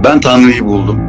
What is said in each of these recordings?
Ben Tanrı'yı buldum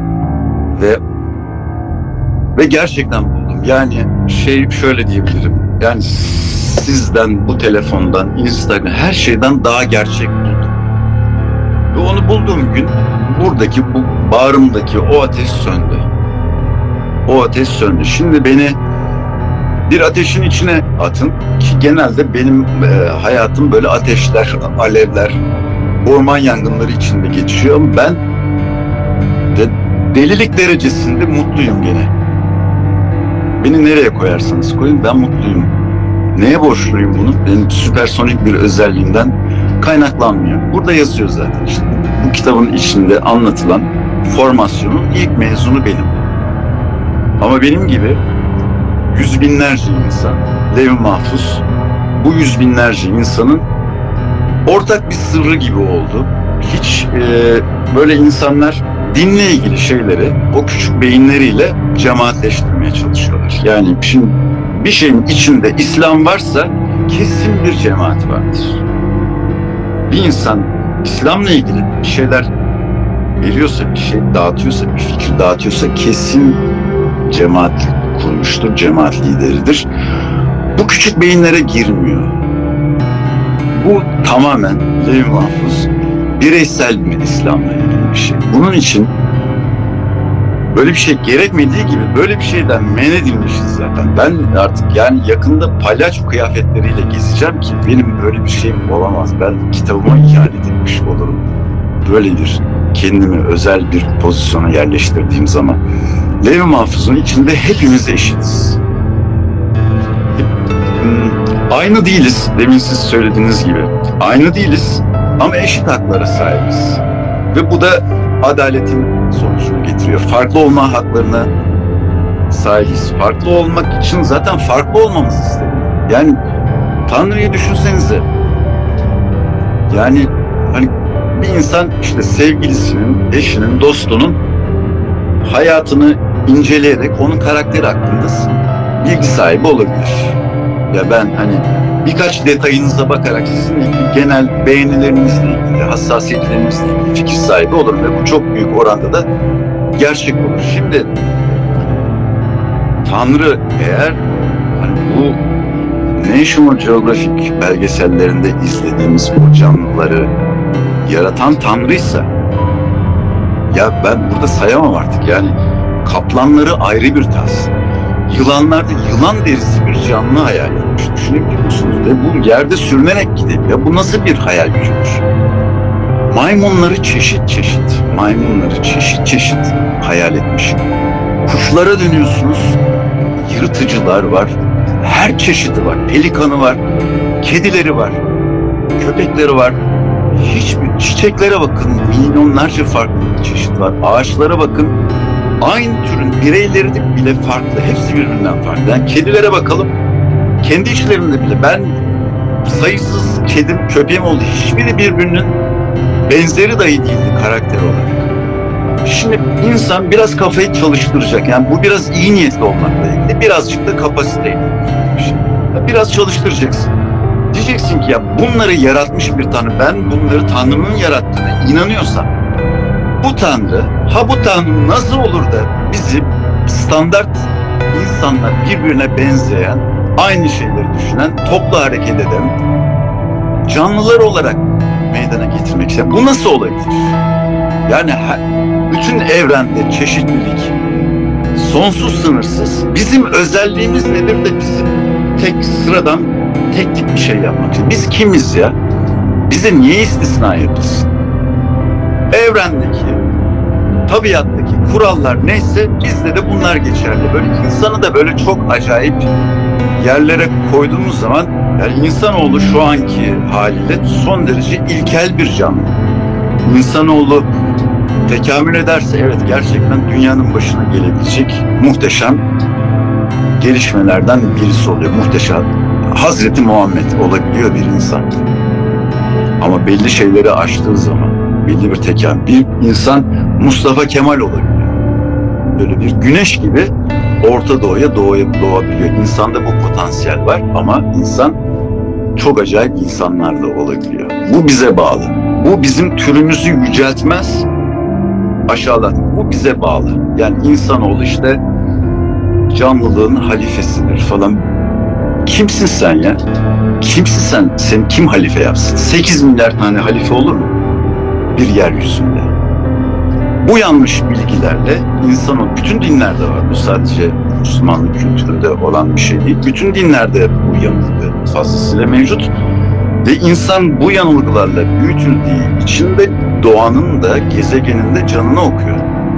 ve gerçekten buldum. Yani şöyle diyebilirim. Yani sizden, bu telefondan, Instagram, her şeyden daha gerçek buldum. Ve onu bulduğum gün buradaki, bu bağrımdaki o ateş söndü. O ateş söndü. Şimdi beni bir ateşin içine atın ki genelde benim hayatım böyle ateşler, alevler, orman yangınları içinde geçiyor. Ama ben de delilik derecesinde mutluyum gene. Beni nereye koyarsanız koyun ben mutluyum. Neye borçluyum bunu? Benim süpersonik bir özelliğimden kaynaklanmıyor. Burada yazıyor zaten işte. Bu kitabın içinde anlatılan formasyonun ilk mezunu benim. Ama benim gibi yüz binlerce insan, Levh-i Mahfuz, bu yüz binlerce insanın ortak bir sırrı gibi oldu. Hiç böyle insanlar dinle ilgili şeyleri o küçük beyinleriyle cemaatleştirmeye çalışıyorlar. Yani şimdi bir şeyin içinde İslam varsa kesin bir cemaat vardır. Bir insan İslam'la ilgili bir şeyler veriyorsa, bir şey dağıtıyorsa, bir fikir dağıtıyorsa kesin cemaat kurmuştur, cemaat lideridir. Bu küçük beyinlere girmiyor. Bu tamamen Levh-i Mahfuz bireysel bir İslam'la ilgili bir şey. Bunun için böyle bir şey gerekmediği gibi böyle bir şeyden men edilmişiz zaten. Ben artık yani yakında palyaço kıyafetleriyle gezeceğim ki benim böyle bir şeyim olamaz. Ben kitabıma ihanet etmiş olurum. Böyle bir kendimi özel bir pozisyona yerleştirdiğim zaman. Levh-i Mahfuz'un içinde hepimiz eşitiz. Aynı değiliz, demin siz söylediğiniz gibi. Aynı değiliz ama eşit haklara sahibiz. Ve bu da adaletin sonucunu getiriyor. Farklı olma haklarına sahibiz. Farklı olmak için zaten farklı olmamız isteniyor. Yani Tanrı'yı düşünsenize. Yani hani bir insan işte sevgilisinin, eşinin, dostunun hayatını inceleyerek onun karakteri hakkında bilgi sahibi olabilir. Ya ben hani birkaç detayınıza bakarak sizin genel beğenilerinizle ilgili, hassasiyetlerinizle ilgili fikir sahibi olurum ve bu çok büyük oranda da gerçek olur. Şimdi Tanrı eğer hani bu National Geographic belgesellerinde izlediğimiz o canlıları yaratan Tanrıysa ya ben burada sayamam artık yani kaplanları ayrı bir tas. Yılanlarda yılan derisi bir canlı hayal etmiş. Düşünebiliyor musunuz? Ve bu yerde sürünerek gidiyor. Ya bu nasıl bir hayal gücüdür? Maymunları çeşit çeşit hayal etmiş. Kuşlara dönüyorsunuz. Yırtıcılar var. Her çeşidi var. Pelikanı var. Kedileri var. Köpekleri var. Hiçbir çiçeklere bakın. Milyonlarca farklı çeşit var. Ağaçlara bakın. Aynı türün bireyleri de bile farklı. Hepsi birbirinden farklı. Yani kedilere bakalım. Kendi içlerinde bile ben sayısız kedim, köpeğim oldu. Hiçbiri birbirinin benzeri dahi değildi karakter olarak. Şimdi insan biraz kafayı çalıştıracak. Yani bu biraz iyi niyetli olmakla ilgili. Birazcık da kapasiteyle ilgili bir şey. Biraz çalıştıracaksın. Diyeceksin ki ya bunları yaratmış bir Tanrı. Ben bunları Tanrı'nın yarattığına inanıyorsam bu Tanrı, bu Tanrı nasıl olur da bizi standart insanlar birbirine benzeyen, aynı şeyleri düşünen, toplu hareket eden canlılar olarak meydana getirmek isteyen. Bu nasıl olabilir? Yani bütün evrende çeşitlilik sonsuz sınırsız. Bizim özelliğimiz nedir de bizim tek sıradan tek tip bir şey yapmak için. Biz kimiz ya? Bize niye istisna yapılsın? Evrendeki, tabiattaki kurallar neyse bizde de bunlar geçerli. Böyle insanı da böyle çok acayip yerlere koyduğumuz zaman yani insanoğlu şu anki haliyle son derece ilkel bir canlı. İnsanoğlu tekamül ederse evet gerçekten dünyanın başına gelebilecek muhteşem gelişmelerden birisi oluyor. Muhteşem. Hazreti Muhammed olabiliyor bir insan. Ama belli şeyleri aştığı zaman belli bir tekamül. Bir insan Mustafa Kemal olabiliyor. Böyle bir güneş gibi Orta Doğu'ya doğabiliyor. İnsanda bu potansiyel var ama insan çok acayip insanlar da olabiliyor. Bu bize bağlı. Bu bizim türümüzü yüceltmez. aşağılattık. Bu bize bağlı. Yani insanoğlu işte canlılığın halifesidir falan. Kimsin sen ya? Kimsin sen? Seni kim halife yapsın? 8 milyar tane halife olur mu bir yeryüzünde? Bu yanlış bilgilerle bütün dinlerde var. Bu sadece Müslümanlık kültüründe olan bir şey değil. Bütün dinlerde bu yanılgı fazlasıyla mevcut. Ve insan bu yanılgılarla büyütüldüğü için de doğanın da gezegenin de canını okuyor.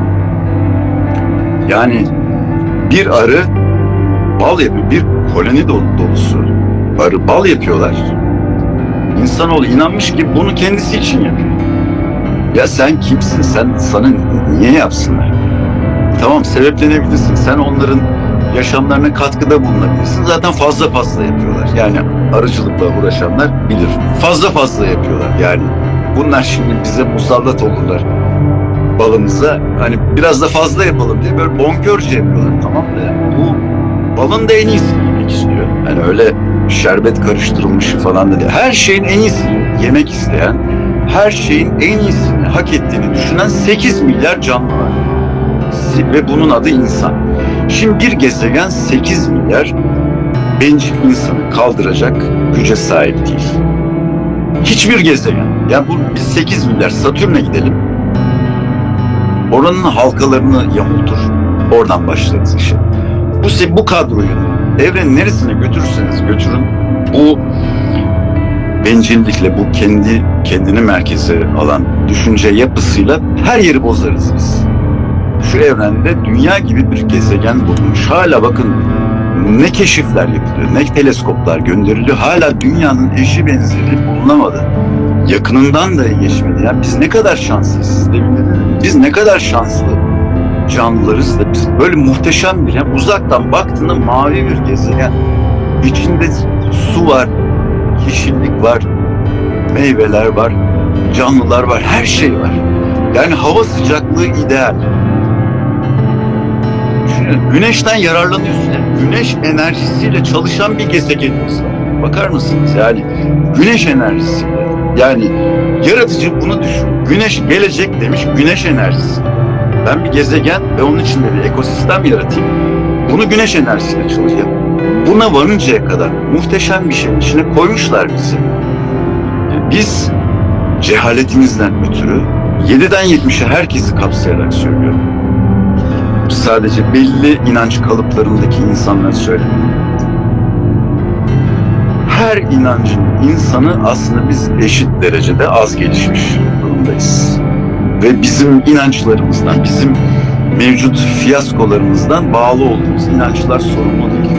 Yani bir arı bal yapıyor. Bir koloni dolusu arı bal yapıyorlar. İnsanoğlu inanmış ki bunu kendisi için yapıyor. Ya sen kimsin? Sana niye yapsınlar? Tamam, sebeplenebilirsin. Sen onların yaşamlarına katkıda bulunabilirsin. Zaten fazla yapıyorlar. Yani arıcılıkla uğraşanlar bilir. Fazla yapıyorlar. Yani bunlar şimdi bize musallat olurlar balımıza. Hani biraz da fazla yapalım diye böyle bonkörce yapıyorlar. Tamam da yani bu balın da en iyisini yemek istiyor. Hani öyle şerbet karıştırılmışı falan da değil. Her şeyin en iyisini yemek isteyen, her şeyin en iyisini hak ettiğini düşünen 8 milyar canlı var. Ve bunun adı insan. Şimdi bir gezegen 8 milyar bencil insanı kaldıracak güce sahip değil. Hiçbir gezegen. Yani biz 8 milyar Satürn'e gidelim. Oranın halkalarını yamultur. Oradan başlarız işe. Bu kadroyu evrenin neresine götürürseniz götürün, bu bencillikle, bu kendini merkeze alan düşünce yapısıyla her yeri bozarız biz. Şu evrende dünya gibi bir gezegen bulunmuş. Hala bakın ne keşifler yapılıyor, ne teleskoplar gönderiliyor. Hala dünyanın eşi benzeri bulunamadı. Yakınından da geçmedi. Yani biz ne kadar şanslıyız, siz de bilmiyorsunuz. Biz ne kadar şanslı canlılarız da biz böyle muhteşem bir, yani uzaktan baktığında mavi bir gezegen. İçinde su var, yeşillik var, meyveler var, canlılar var, her şey var. Yani hava sıcaklığı ideal. Düşünün, güneşten yararlanıyorsun. Yani güneş enerjisiyle çalışan bir gezegenimiz var. Bakar mısınız? Yani güneş enerjisiyle. Yani yaratıcı bunu düşün. Güneş gelecek demiş, güneş enerjisi. Ben bir gezegen ve onun içinde bir ekosistem yaratayım. Bunu güneş enerjisiyle çalışacağım. Buna varıncaya kadar muhteşem bir şeyin içine koymuşlar bizi. Biz cehaletimizden ötürü 7'den 70'e herkesi kapsayarak söylüyorum. Sadece belli inanç kalıplarındaki insanları söylemiyorum. Her inancın insanı aslında biz eşit derecede az gelişmiş durumdayız. Ve bizim inançlarımızdan, bizim mevcut fiyaskolarımızdan bağlı olduğumuz inançlar sorumlu değil.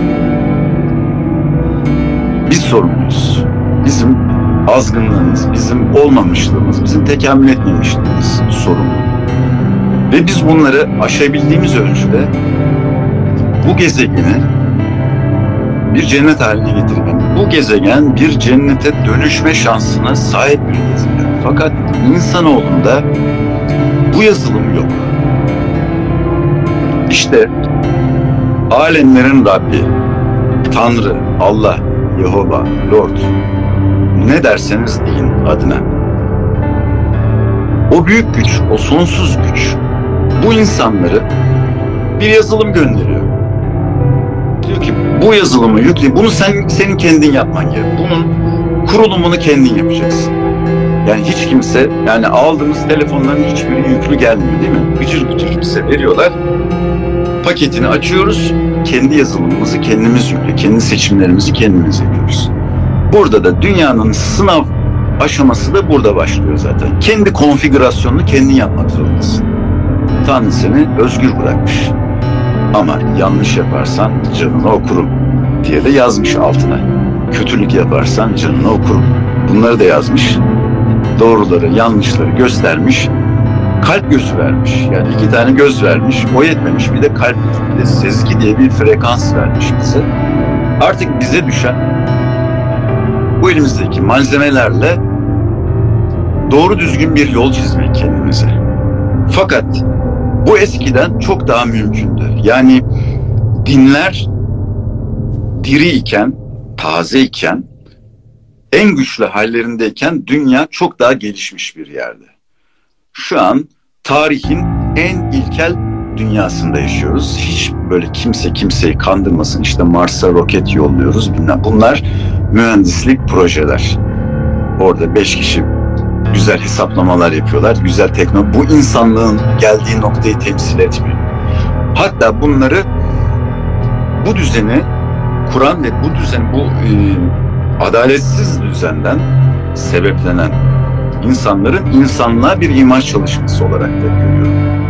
Biz sorumluyuz. Bizim azgınlığımız, bizim olmamışlığımız, bizim tekamül etmemişliğimiz sorumlu. Ve biz bunları aşabildiğimiz ölçüde bu gezegeni bir cennet haline getirmek. Bu gezegen bir cennete dönüşme şansına sahip bir gezegen. Fakat insanoğlunda bu yazılım yok. İşte alemlerin Rabbi, Tanrı, Allah, Yehova, Lord, ne derseniz deyin adına. O büyük güç, o sonsuz güç bu insanları bir yazılım gönderiyor. Diyor ki bu yazılımı yükle, bunu senin kendin yapman gerek. Bunun kurulumunu kendin yapacaksın. Yani hiç kimse, yani aldığımız telefonların hiçbiri yüklü gelmiyor değil mi? Gıcır gıcır bize veriyorlar. Paketini açıyoruz. Kendi yazılımımızı kendimiz yüklüyoruz. Kendi seçimlerimizi kendimiz yapıyoruz. Burada da dünyanın sınav aşaması da burada başlıyor zaten. Kendi konfigürasyonunu kendin yapmak zorundasın. Tanrı seni özgür bırakmış. Ama yanlış yaparsan canını okurum diye de yazmış altına. Kötülük yaparsan canını okurum. Bunları da yazmış. Doğruları, yanlışları göstermiş. Kalp gözü vermiş. Yani 2 tane göz vermiş. O yetmemiş. Bir de kalp gözü, bir de sezgi diye bir frekans vermiş bize. Artık bize düşen bu elimizdeki malzemelerle doğru düzgün bir yol çizmek kendimize. Fakat bu eskiden çok daha mümkündü. Yani dinler diri iken, taze iken, en güçlü hallerindeyken dünya çok daha gelişmiş bir yerde. Şu an tarihin en ilkel dünyasında yaşıyoruz. Hiç böyle kimse kimseyi kandırmasın. İşte Mars'a roket yolluyoruz. Bilmem. Bunlar mühendislik projeler. Orada 5 kişi güzel hesaplamalar yapıyorlar. Güzel teknoloji. Bu insanlığın geldiği noktayı temsil etmiyor. Hatta bunları, bu düzeni kuran ve bu düzen, bu adaletsiz düzenden sebeplenen insanların insanlığa bir imaj çalışması olarak da görüyorum.